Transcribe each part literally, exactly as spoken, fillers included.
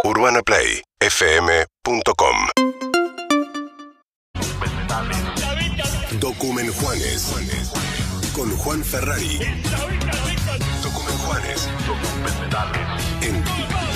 urbana play f m punto com. Documen Juanes con Juan Ferrari. Documen Juanes en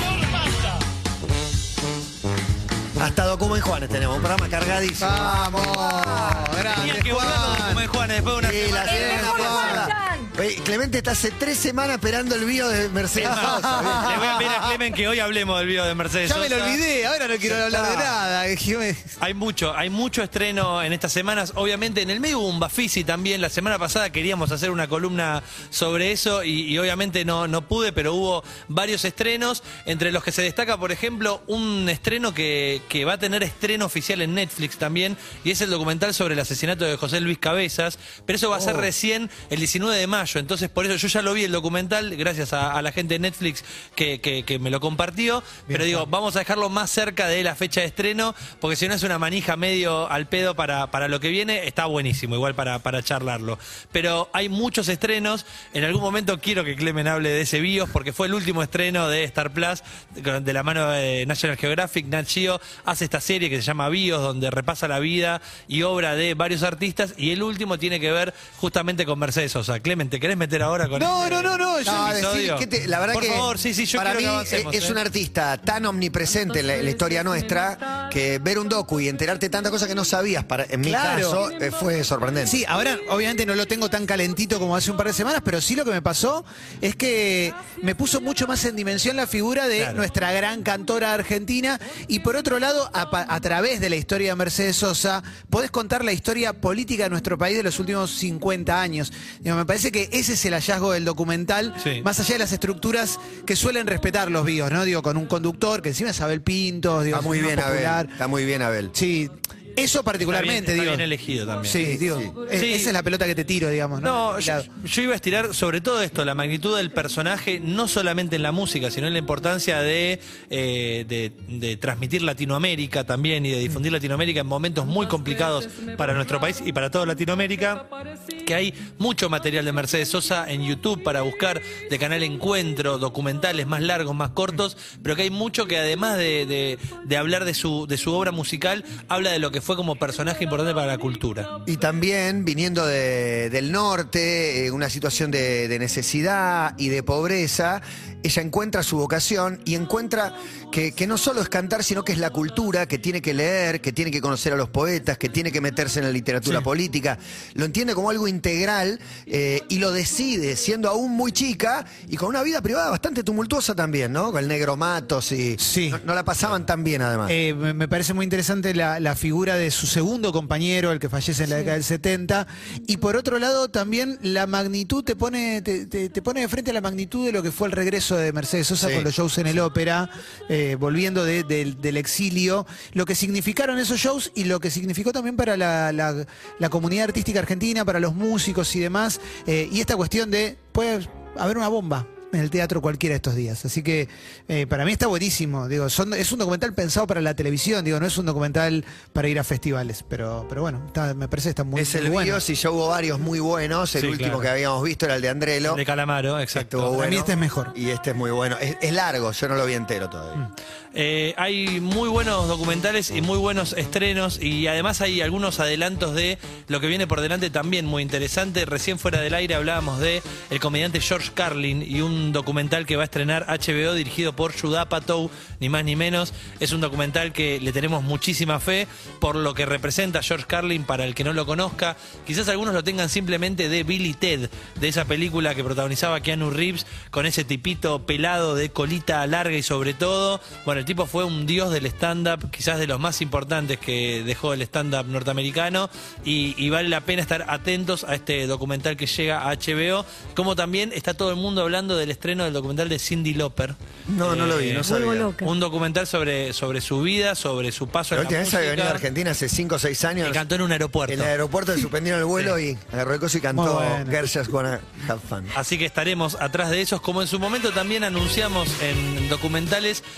Hasta Documen Juanes tenemos un programa cargadísimo. ¡Vamos! ¡Grande, que volver a Documen Juanes después de una Sí, la semana. semana pasada. Oye, Clemente está hace tres semanas esperando el video de Mercedes Sosa. Le voy a pedir a Clemen que hoy hablemos del video de Mercedes Ya me lo Sosa. olvidé, ahora no quiero hablar de nada. Hay mucho, hay mucho estreno en estas semanas. Obviamente en el medio hubo un Bafisi también. La semana pasada queríamos hacer una columna sobre eso y, y obviamente no, no pude, pero hubo varios estrenos, entre los que se destaca, por ejemplo, un estreno que, que va a tener estreno oficial en Netflix también, y es el documental sobre el asesinato de José Luis Cabezas, pero eso va a ser Oh. recién el diecinueve de mayo. Entonces por eso yo ya lo vi el documental, gracias a, a la gente de Netflix que, que, que me lo compartió. Pero digo, vamos a dejarlo más cerca de la fecha de estreno, porque si no es una manija medio al pedo para, para lo que viene. Está buenísimo, igual para, para charlarlo. Pero hay muchos estrenos. En algún momento quiero que Clemen hable de ese BIOS, porque fue el último estreno de Star Plus, de la mano de National Geographic. Nat Geo hace esta serie que se llama BIOS, donde repasa la vida y obra de varios artistas, y el último tiene que ver justamente con Mercedes Sosa. Clemen, ¿te querés meter ahora con No, este no, no, no. Yo No, episodio? decir que te- la verdad Por que favor, sí, sí, yo para quiero mí que avancemos, es ¿eh? un artista tan omnipresente en la, en la historia nuestra que ver un docu y enterarte tantas cosas que no sabías, para, en mi Claro. caso, eh, fue sorprendente. Sí, ahora obviamente no lo tengo tan calentito como hace un par de semanas, pero sí lo que me pasó es que me puso mucho más en dimensión la figura de Claro. nuestra gran cantora argentina, y por otro lado, a, pa- a través de la historia de Mercedes Sosa, podés contar la historia política de nuestro país de los últimos cincuenta años. Digo, me parece que ese es el hallazgo del documental, Sí. más allá de las estructuras que suelen respetar los bios, ¿no? Digo, con un conductor que encima es Abel Pintos, digo, Está muy es un bien, popular. Abel. Está muy bien, Abel. Sí, eso particularmente, Está bien, digo. está bien elegido también. Sí, digo, es- Sí. esa es la pelota que te tiro, digamos, ¿no? No, yo, Claro. yo iba a estirar sobre todo esto, la magnitud del personaje, no solamente en la música, sino en la importancia de, eh, de, de transmitir Latinoamérica también y de difundir Latinoamérica en momentos muy complicados para nuestro país y para toda Latinoamérica. Que hay mucho material de Mercedes Sosa en YouTube para buscar, de Canal Encuentro, documentales más largos, más cortos, pero que hay mucho que además de, de- de hablar de su, de su obra musical, habla de lo que fue como personaje importante para la cultura. Y también viniendo de- del norte, eh, una situación de, de necesidad y de pobreza, ella encuentra su vocación y encuentra que, que no solo es cantar, sino que es la cultura, que tiene que leer, que tiene que conocer a los poetas, que tiene que meterse en la literatura Sí. política. Lo entiende como algo integral eh, y lo decide siendo aún muy chica y con una vida privada bastante tumultuosa también, ¿no? Con el Negro Matos y Sí. no, no la pasaban tan bien además. Eh, me me parece muy interesante la, la figura de su segundo compañero, el que fallece en la década del setenta. Y por otro lado, también la magnitud te pone, te, te- te pone de frente a la magnitud de lo que fue el regreso de Mercedes Sosa Sí. con los shows en el ópera, eh, volviendo de- del- del exilio, lo que significaron esos shows y lo que significó también para la, la- la comunidad artística argentina, para los músicos y demás. Eh, y esta cuestión de, puede haber una bomba en el teatro cualquiera de estos días. Así que eh, para mí está buenísimo. Digo, son- es un documental pensado para la televisión, digo, no es un documental para ir a festivales. Pero, pero bueno, está- me parece que está muy, es el muy bueno. BIOS y ya hubo varios muy buenos. El Sí, último claro. que habíamos visto era el de Andrelo. De Calamaro, exacto. Estuvo Para mí bueno. este es mejor. Y este es muy bueno. Es, es largo, yo no lo vi entero todavía. Eh, hay muy buenos documentales y muy buenos estrenos, y además hay algunos adelantos de lo que viene por delante también muy interesante. Recién fuera del aire hablábamos de el comediante George Carlin y un documental que va a estrenar H B O dirigido por Judd Apatow, ni más ni menos. Es un documental que le tenemos muchísima fe por lo que representa George Carlin para el que no lo conozca. Quizás algunos lo tengan simplemente de Bill y Ted, de esa película que protagonizaba Keanu Reeves con ese tipito pelado de colita larga y sobre todo, bueno, el tipo fue un dios del stand-up, quizás de los más importantes que dejó el stand-up norteamericano, y, y vale la pena estar atentos a este documental que llega a H B O, como también está todo el mundo hablando del estreno del documental de Cyndi Lauper. No, no lo vi, no sabía. Vuelvo loca. Un documental sobre, sobre su vida, sobre su paso La en la última vez había venido a música, Argentina hace cinco o seis años. que cantó en un aeropuerto. En el aeropuerto le suspendieron el vuelo y agarró el coso y Muy cantó bueno. Girls Just Wanna Have Fun. Así que estaremos atrás de esos, como en su momento también anunciamos en documentales que se iba a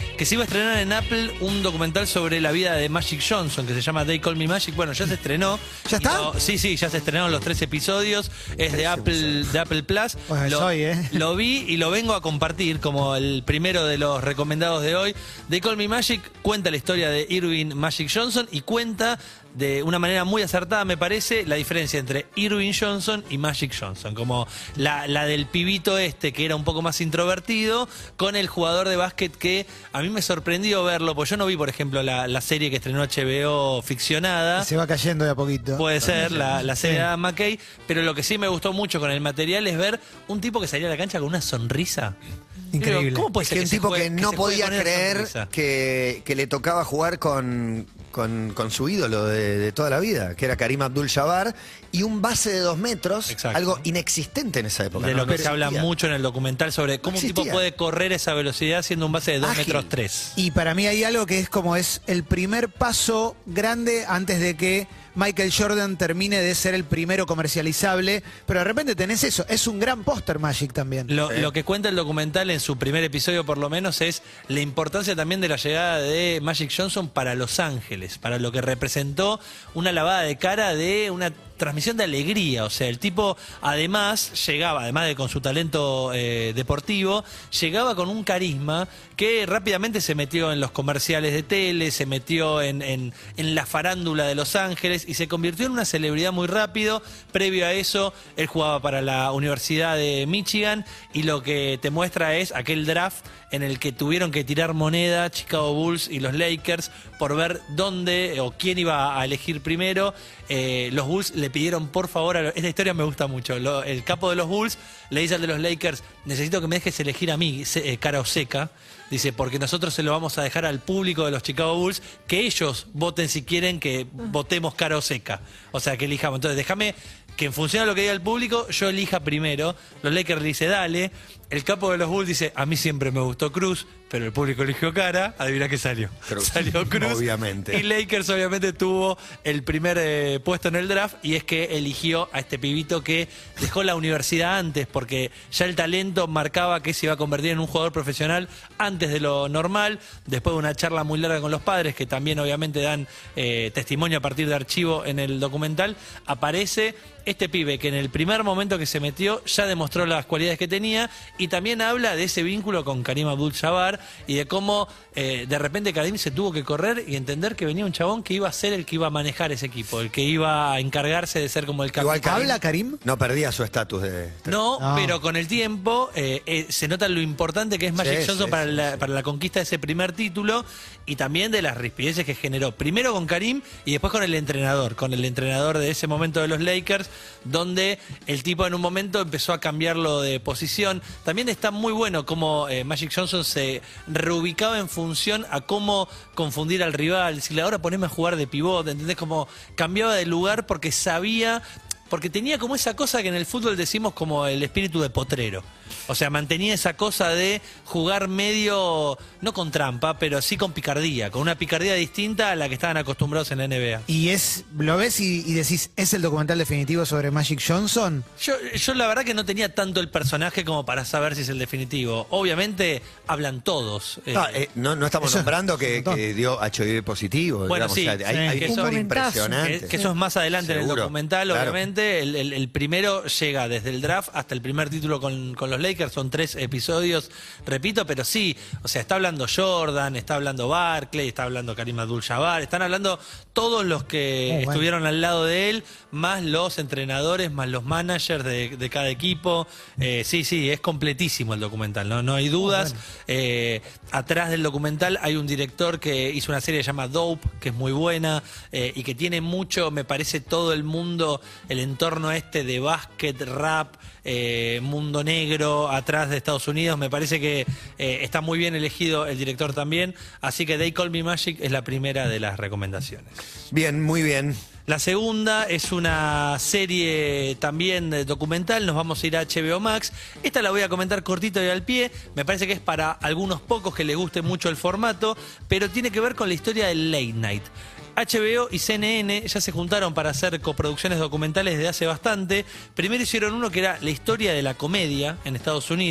estrenar en Apple un documental sobre la vida de Magic Johnson que se llama They Call Me Magic. Bueno, ya se estrenó. ¿Ya está? Lo, sí, sí, ya se estrenaron los tres episodios. Es de Apple, de Apple Plus. Bueno, lo, soy, ¿eh? lo vi y lo vengo a compartir como el primero de los recomendados de hoy. They Call Me Magic cuenta la historia de Irving Magic Johnson y cuenta de una manera muy acertada, me parece, la diferencia entre Irving Johnson y Magic Johnson. Como la, la del pibito este, que era un poco más introvertido, con el jugador de básquet que a mí me sorprendió verlo, porque yo no vi, por ejemplo, la, la serie que estrenó H B O ficcionada. Se va cayendo de a poquito. Puede ser, la, la serie Sí. de Adam McKay, pero lo que sí me gustó mucho con el material es ver un tipo que salía a la cancha con una sonrisa. Increíble. Digo, ¿cómo puede Es ser que un se tipo juegue- que no se juegue podía con esa creer sonrisa? que, que le tocaba jugar con, con, con su ídolo de, de toda la vida, que era Karim Abdul-Jabbar, y un base de dos metros, Exacto. algo inexistente en esa época. De ¿no? lo que No se habla existía. mucho en el documental sobre cómo No un tipo existía. puede correr esa velocidad siendo un base de dos Ágil. metros tres. Y para mí hay algo que es como es el primer paso grande antes de que Michael Jordan termine de ser el primero comercializable, pero de repente tenés eso, es un gran póster Magic también. Lo, Sí. lo que cuenta el documental en su primer episodio por lo menos es la importancia también de la llegada de Magic Johnson para Los Ángeles, para lo que representó una lavada de cara de una transmisión de alegría. O sea, el tipo además llegaba, además de con su talento eh, deportivo, llegaba con un carisma que rápidamente se metió en los comerciales de tele, se metió en, en, en la farándula de Los Ángeles y se convirtió en una celebridad muy rápido. Previo a eso, él jugaba para la Universidad de Michigan y lo que te muestra es aquel draft en el que tuvieron que tirar moneda Chicago Bulls y los Lakers por ver dónde o quién iba a elegir primero. Eh, los Bulls le pidieron por favor, a lo- esta historia me gusta mucho, Lo- el capo de los Bulls le dice al de los Lakers, necesito que me dejes elegir a mí, se- eh, cara o seca. Dice, porque nosotros se lo vamos a dejar al público de los Chicago Bulls, que ellos voten si quieren que votemos cara o seca. O sea, que elijamos. Entonces, déjame que en función de lo que diga el público, yo elija primero. Los Lakers le dice, dale. El capo de los Bulls dice, a mí siempre me gustó Cruz, pero el público eligió cara. Adivina qué salió. Cruz. Salió Cruz. Obviamente. Y Lakers obviamente tuvo el primer eh, puesto en el draft y es que eligió a este pibito que dejó la universidad antes porque ya el talento marcaba que se iba a convertir en un jugador profesional antes de lo normal. Después de una charla muy larga con los padres, que también obviamente dan eh, testimonio a partir de archivo en el documental, aparece este pibe que en el primer momento que se metió ya demostró las cualidades que tenía y también habla de ese vínculo con Karim Abdul-Jabbar y de cómo eh, de repente Karim se tuvo que correr y entender que venía un chabón que iba a ser el que iba a manejar ese equipo, el que iba a encargarse de ser como el Igual capitán. ¿Habla Karim? No perdía su estatus de... No, No. pero con el tiempo eh, eh, se nota lo importante que es Magic Sí, Johnson sí, para, sí, la, sí. para la conquista de ese primer título y también de las rispideces que generó. Primero con Karim y después con el entrenador, con el entrenador de ese momento de los Lakers, donde el tipo en un momento empezó a cambiarlo de posición. También está muy bueno cómo eh, Magic Johnson se reubicaba en función a cómo confundir al rival. Decirle, ahora poneme a jugar de pivot, ¿entendés? Como cambiaba de lugar porque sabía... Porque tenía como esa cosa que en el fútbol decimos como el espíritu de potrero. O sea, mantenía esa cosa de jugar medio, no con trampa, pero sí con picardía, con una picardía distinta a la que estaban acostumbrados en la N B A. Y es, lo ves y, y decís, ¿es el documental definitivo sobre Magic Johnson? Yo, yo la verdad que no tenía tanto el personaje como para saber si es el definitivo. Obviamente hablan todos. eh, No, eh, no, no estamos Eso- nombrando que, montón. que dio H I V positivo. Bueno, digamos, sí, o sea, hay, sí, hay que un eso- par Un impresionante. Que, que eso es más adelante en el Seguro, documental, claro. obviamente. El, el- el primero llega desde el draft hasta el primer título con, con los Lakers. Son tres episodios, repito, pero sí. O sea, está hablando Jordan, está hablando Barkley, está hablando Karim Abdul-Jabbar. Están hablando todos los que Oh, bueno. estuvieron al lado de él, más los entrenadores, más los managers de, de cada equipo. Eh, sí, sí, es completísimo el documental, no, no hay dudas. bueno. Eh, atrás del documental hay un director que hizo una serie que se llama Dope, que es muy buena eh, y que tiene mucho, me parece, todo el mundo, el entorno este de básquet, rap, eh, mundo negro, atrás de Estados Unidos. Me parece que eh, está muy bien elegido el director también. Así que They Call Me Magic es la primera de las recomendaciones. Bien, muy bien. La segunda es una serie también eh, documental, nos vamos a ir a H B O Max. Esta la voy a comentar cortito y al pie, me parece que es para algunos pocos que les guste mucho el formato, pero tiene que ver con la historia del late night. H B O y C N N ya se juntaron para hacer coproducciones documentales desde hace bastante. Primero hicieron uno que era la historia de la comedia en Estados Unidos,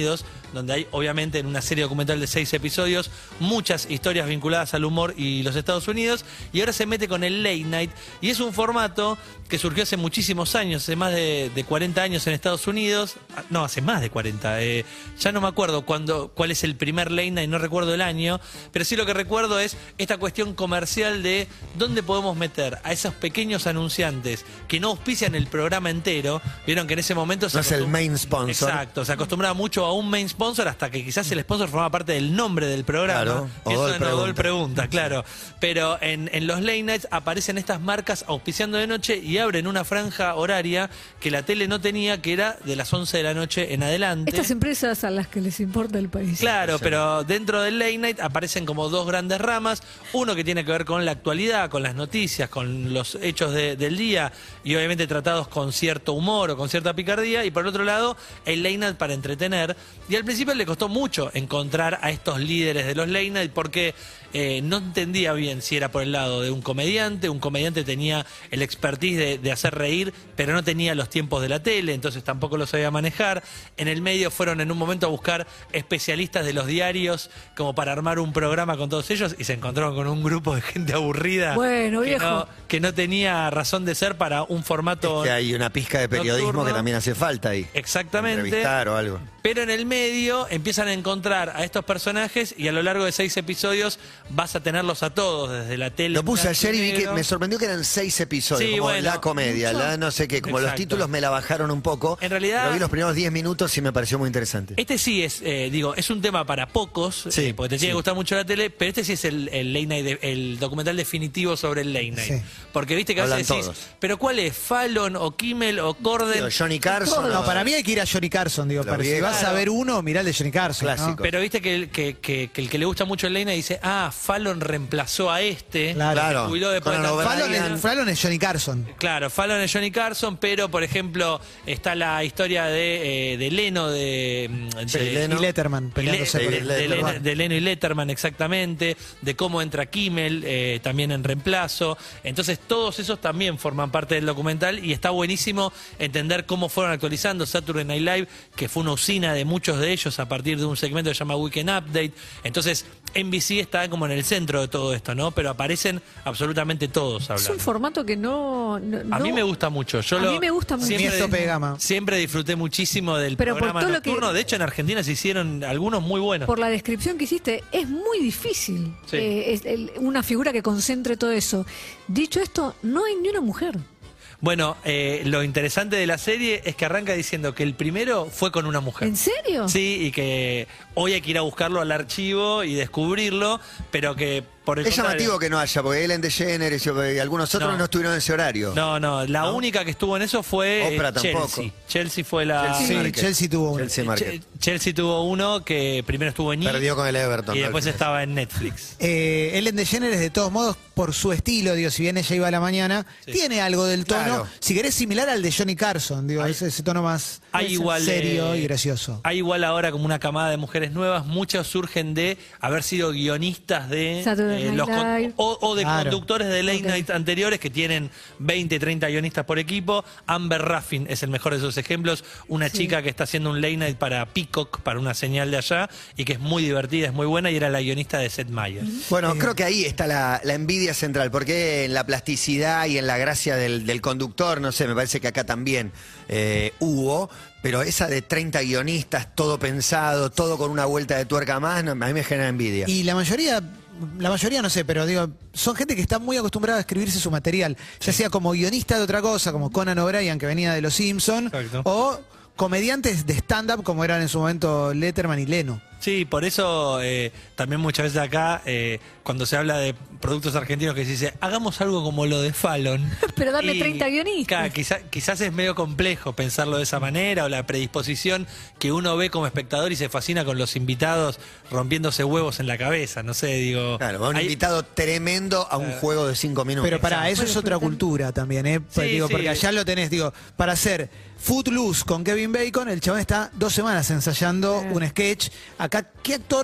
donde hay obviamente en una serie documental de seis episodios muchas historias vinculadas al humor y los Estados Unidos, y ahora se mete con el late night, y es un formato que surgió hace muchísimos años, hace más de, de cuarenta años en Estados Unidos, no, hace más de cuarenta, eh, ya no me acuerdo cuándo, cuál es el primer late night, no recuerdo el año, pero sí lo que recuerdo es esta cuestión comercial de dónde podemos meter a esos pequeños anunciantes que no auspician el programa entero. Vieron que en ese momento no es el main sponsor. Exacto, se acostumbraba mucho a un main sponsor hasta que quizás el sponsor formaba parte del nombre del programa. Claro, que Odol eso no Odol pregunta, claro. Pero en, en los late nights aparecen estas marcas auspiciando de noche y abren una franja horaria que la tele no tenía, que era de las once de la noche en adelante. Estas empresas a las que les importa el país. Claro, Sí. pero dentro del late night aparecen como dos grandes ramas. Uno que tiene que ver con la actualidad, con las noticias, con los hechos de- del día y obviamente tratados con cierto humor o con cierta picardía. Y por otro lado, el late night para entretener. Y al principio le costó mucho encontrar a estos líderes de los late night porque eh, no entendía bien si era por el lado de un comediante. Un comediante tenía el expertise de, de hacer reír, pero no tenía los tiempos de la tele, entonces tampoco lo sabía manejar. En el medio fueron en un momento a buscar especialistas de los diarios como para armar un programa con todos ellos y se encontraron con un grupo de gente aburrida. Bueno, que viejo. no, que no tenía razón de ser para un formato. Que hay una pizca de periodismo nocturno. que también hace falta ahí. Exactamente. Entrevistar o algo. Pero en el medio empiezan a encontrar a estos personajes y a lo largo de seis episodios vas a tenerlos a todos, desde la tele. Lo puse ayer y vi que negro. me sorprendió que eran seis episodios, Sí, como bueno, la comedia, mucho. la no sé qué, como los Exacto. títulos me la bajaron un poco. En realidad- Pero vi los primeros diez minutos y me pareció muy interesante. Este sí es, eh, digo, es un tema para pocos, Sí, eh, porque te tiene sí. que gustar mucho la tele, pero este sí es el, el late night, de- el documental definitivo sobre el late night. Sí. Porque viste que a veces Hablan decís, todos. pero ¿cuál es? ¿Fallon o Kimmel o Corden? Digo, Johnny Carson. No, para mí hay que ir a Johnny Carson, digo, Lo para vi, si vas claro. a ver uno, mirá el de Johnny Carson. ¿no? Clásico. Pero viste que el que, que- que el que le gusta mucho el late night dice, ah, Fallon reemplazó a este, Claro. que Claro. jubiló después de Conan tantos O'Brien. Fallon, años". es, Fallon es Johnny Carson. Claro, Fallon es Johnny Carson, pero por ejemplo está la historia de, eh, de Leno, de, mm, Sí, de- Leno. Y Letterman peleándose Le- por de, el de Letterman. Leno- de Leno y Letterman, exactamente, de cómo entra Kimmel, eh, también en reemplazo. Entonces todos esos también forman parte del documental y está buenísimo entender cómo fueron actualizando Saturday Night Live, que fue una usina de muchos de ellos a partir de un segmento que se llama Weekend Update. Entonces N B C está como en el centro de todo esto, ¿no? Pero aparecen absolutamente todos Es hablando. un formato que no... no- A mí no- me gusta mucho. Yo A lo- mí me gusta mucho. Mi es tope de gama. Siempre disfruté muchísimo del Pero por programa todo lo que- nocturno. De hecho, en Argentina se hicieron algunos muy buenos. Por la descripción que hiciste, es muy difícil Sí. eh, es el- una figura que concentre todo eso. Dicho esto, no hay ni una mujer. Bueno, eh, lo interesante de la serie es que arranca diciendo que el primero fue con una mujer. ¿En serio? Sí, y que hoy hay que ir a buscarlo al archivo y descubrirlo, pero que por el Es contrario- llamativo que no haya, porque Ellen DeGeneres y algunos otros no, No. estuvieron en ese horario. No, no, la ¿No? única que estuvo en eso fue eh, Oprah tampoco. Chelsea. Chelsea fue la... Chelsea Sí, Market. Chelsea tuvo uno. Chelsea Market. Che- Chelsea tuvo uno que primero estuvo en E! Perdió con el Everton. y ¿no? después Al final. estaba en Netflix. Eh, Ellen DeGeneres, de todos modos, por su estilo, digo, si bien ella iba a la mañana, Sí. tiene algo del tono, Claro. si querés, similar al de Johnny Carson, digo, Hay- ese, ese tono más Hay igual serio eh, y gracioso. Hay igual ahora como una camada de mujeres nuevas, muchas surgen de haber sido guionistas de Saturday Night los con- Live. o, o de Claro. conductores de late Ok. night anteriores que tienen veinte, treinta guionistas por equipo. Amber Ruffin es el mejor de esos ejemplos, una Sí. chica que está haciendo un late night para Peacock, para una señal de allá y que es muy divertida, es muy buena y era la guionista de Seth Meyers. Bueno, Eh, creo que ahí está la, la envidia central, porque en la plasticidad y en la gracia del, del conductor, no sé, me parece que acá también eh, hubo, pero esa de treinta guionistas, todo pensado, todo con una vuelta de tuerca más, no, a mí me genera envidia. Y la mayoría, la mayoría no sé, pero digo, son gente que está muy acostumbrada a escribirse su material, ya sea como guionista de otra cosa, como Conan O'Brien, que venía de Los Simpson, Exacto. o comediantes de stand-up, como eran en su momento Letterman y Leno. Sí, por eso eh, también muchas veces acá, eh, cuando se habla de productos argentinos, que se dice, hagamos algo como lo de Fallon. Pero dame treinta guionistas. Claro, quizá- quizás es medio complejo pensarlo de esa manera, o la predisposición que uno ve como espectador y se fascina con los invitados rompiéndose huevos en la cabeza, no sé, digo... Claro, va un hay- invitado tremendo a un juego de cinco minutos. Pero para eso es Bueno, otra pero cultura también, ¿eh? Pues Sí, digo, sí. porque allá lo tenés, digo, para hacer Footloose con Kevin Bacon, el chabón está dos semanas ensayando Sí. un sketch. Acá, ¿qué actor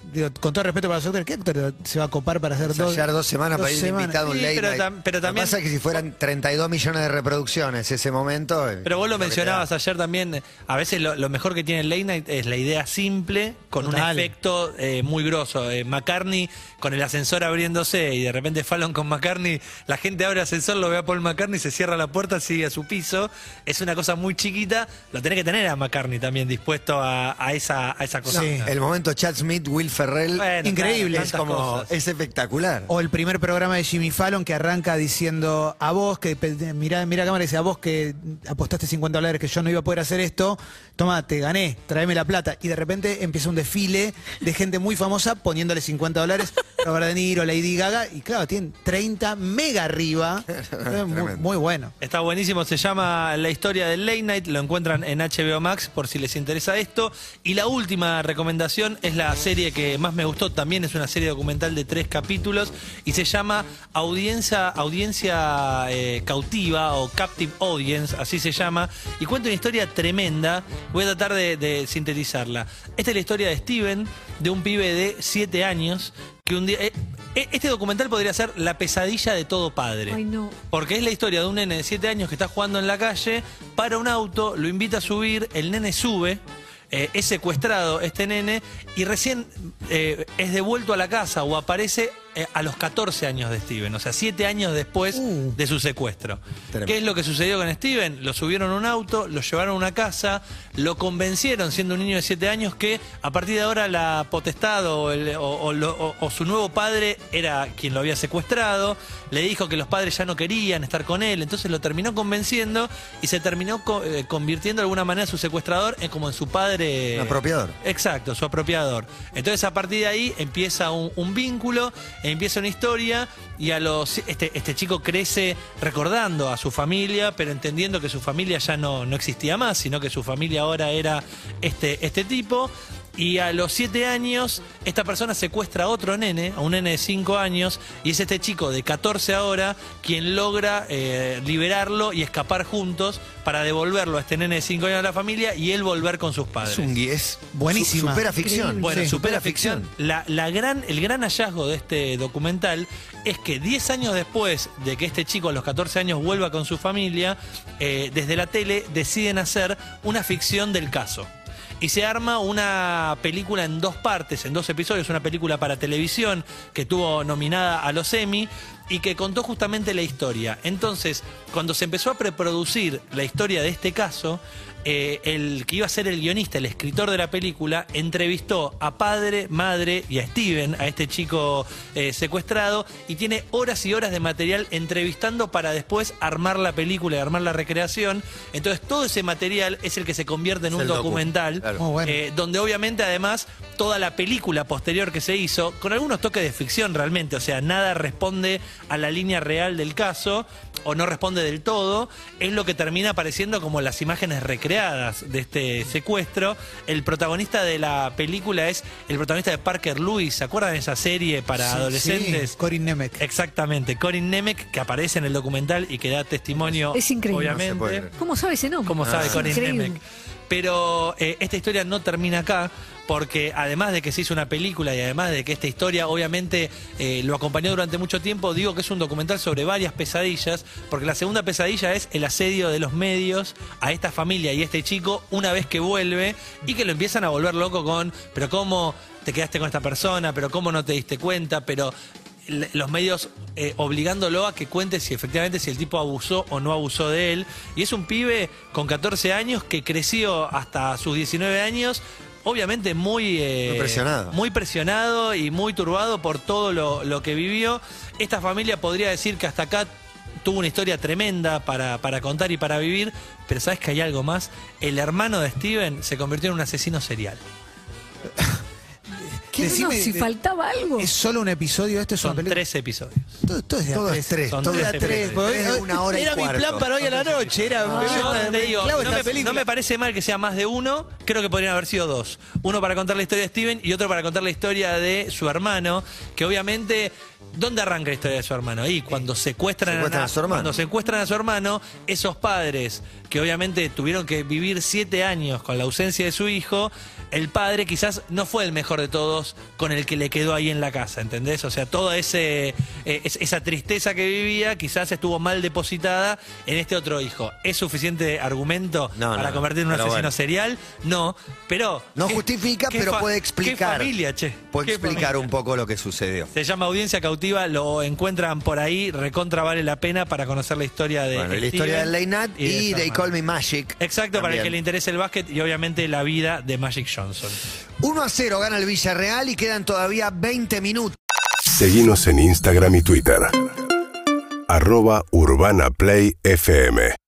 digo, con todo respeto para los actores, ¿qué actor se va a copar para hacer dos, Ensayar dos semanas dos para ir semanas? invitado a un Sí, late pero night. tam- pero también- Lo que pasa es que si fueran treinta y dos millones de reproducciones ese momento... eh, Pero vos lo que te mencionabas da. ayer también, a veces lo, lo mejor que tiene el late night es la idea simple, con Total. un efecto eh, muy grosso. Eh, McCartney con el ascensor abriéndose y de repente Fallon con McCartney, la gente abre el ascensor, lo ve a Paul McCartney, se cierra la puerta, sigue a su piso. Es una cosa muy chiquita, lo tenés que tener a McCartney también dispuesto a, a esa, a esa cosa. Sí. El momento Chad Smith, Will Ferrell, Bueno, Increíble. claro, es tantas como... cosas. Es espectacular. O el primer programa de Jimmy Fallon que arranca diciendo a vos que mira mira cámara y dice a vos que apostaste cincuenta dólares que yo no iba a poder hacer esto, toma, te gané, tráeme la plata. Y de repente empieza un desfile de gente muy famosa poniéndole cincuenta dólares, Robert De Niro, Lady Gaga, y claro, tienen treinta mega arriba. Es muy, muy bueno. Está buenísimo, se llama La historia del late night, lo encuentran en H B O Max por si les interesa esto. Y la última recomendación es la serie que más me gustó, también es una serie documental de tres capítulos y se llama Audiencia, Audiencia eh, Cautiva o Captive Audience, así se llama, y cuenta una historia tremenda. Voy a tratar de, de sintetizarla. Esta es la historia de Steven, de un pibe de siete años que un día... eh, este documental podría ser la pesadilla de todo padre. Ay, no. Porque es la historia de un nene de siete años que está jugando en la calle, para un auto, lo invita a subir, el nene sube, eh, es secuestrado este nene y recién eh, es devuelto a la casa o aparece eh, a los catorce años de Steven, o sea, siete años después Uh. de su secuestro. Tremendo. ¿Qué es lo que sucedió con Steven? Lo subieron a un auto, lo llevaron a una casa, lo convencieron, siendo un niño de siete años, que a partir de ahora la potestad o, el- o- o lo- o- o su nuevo padre era quien lo había secuestrado. Le dijo que los padres ya no querían estar con él, entonces lo terminó convenciendo y se terminó co- eh, convirtiendo de alguna manera su secuestrador en como en su padre. Un apropiador. Exacto, su apropiador. Entonces a partir de ahí empieza un, un vínculo, empieza una historia y a los este, este chico crece recordando a su familia, pero entendiendo que su familia ya no, no existía más, sino que su familia ahora era este, este tipo. Y a los siete años, esta persona secuestra a otro nene, a un nene de cinco años, y es este chico de catorce ahora quien logra eh, liberarlo y escapar juntos para devolverlo a este nene de cinco años a la familia y él volver con sus padres. Es un guies. Buenísima. Supera ficción. Increíble. Bueno, Sí. supera ficción. La, la gran, el gran hallazgo de este documental es que diez años después de que este chico a los catorce años vuelva con su familia, eh, desde la tele deciden hacer una ficción del caso. Y se arma una película en dos partes, en dos episodios, una película para televisión que tuvo nominada a los Emmy y que contó justamente la historia. Entonces, cuando se empezó a preproducir la historia de este caso, eh, el que iba a ser el guionista, el escritor de la película, entrevistó a padre, madre y a Steven, a este chico eh, secuestrado, y tiene horas y horas de material entrevistando para después armar la película y armar la recreación. Entonces todo ese material es el que se convierte en Es un el docu, documental, claro. Muy bueno. eh, donde obviamente además toda la película posterior que se hizo, con algunos toques de ficción realmente, o sea, nada responde a la línea real del caso, o no responde del todo, es lo que termina apareciendo como las imágenes recreadas de este secuestro. El protagonista de la película es el protagonista de Parker Lewis, ¿se acuerdan de esa serie para Sí, adolescentes? sí, Corin Nemec. Exactamente, Corin Nemec, que aparece en el documental y que da testimonio, Es increíble. No se puede obviamente. creer. ¿Cómo sabe ese nombre? ¿Cómo sabe Es Corin increíble. Nemec? Pero eh, esta historia no termina acá, porque además de que se hizo una película y además de que esta historia obviamente eh, lo acompañó durante mucho tiempo, digo que es un documental sobre varias pesadillas, porque la segunda pesadilla es el asedio de los medios a esta familia y a este chico una vez que vuelve y que lo empiezan a volver loco con, pero cómo te quedaste con esta persona, pero cómo no te diste cuenta, pero l- los medios eh, obligándolo a que cuente si efectivamente si el tipo abusó o no abusó de él. Y es un pibe con catorce años que creció hasta sus diecinueve años, obviamente muy, eh, Muy presionado. muy presionado y muy turbado por todo lo, lo que vivió. Esta familia podría decir que hasta acá tuvo una historia tremenda para, para contar y para vivir, pero ¿sabes que hay algo más? El hermano de Steven se convirtió en un asesino serial. ¿Qué? Decime, no, si de- faltaba algo. ¿Es solo un episodio? ¿Esto es Son una película? tres episodios. Todo, todo es de a Todo tres. es tres. Son Todo tres es tres. episodios. Tres de una hora y Era mi cuarto. plan para hoy a la noche. Era, Ah. Yo te digo, clavo no esta me, película. no me parece mal que sea más de uno, creo que podrían haber sido dos. Uno para contar la historia de Steven y otro para contar la historia de su hermano, que obviamente, ¿dónde arranca la historia de su hermano? Ahí, cuando secuestran, Secuestran a su hermano. Cuando secuestran a su hermano, esos padres que obviamente tuvieron que vivir siete años con la ausencia de su hijo, el padre quizás no fue el mejor de todos con el que le quedó ahí en la casa, ¿entendés? O sea, toda ese, eh, esa tristeza que vivía quizás estuvo mal depositada en este otro hijo. ¿Es suficiente argumento No, para no, convertir en un pero asesino bueno. serial? No, pero... No ¿qué- justifica, qué pero fa- puede ¿Qué explicar. familia, che? Puede ¿Qué explicar familia? un poco lo que sucedió. Se llama Audiencia Cautiva, lo encuentran por ahí, recontra vale la pena para conocer la historia de Bueno, y la Steven historia del Late Night y de y su They hermano. Call Me Magic. Exacto, para el también. que le interese el básquet y obviamente la vida de Magic Johnson. uno a cero gana el Villarreal y quedan todavía veinte minutos. Seguinos en Instagram y Twitter. Arroba Urbana Play F M.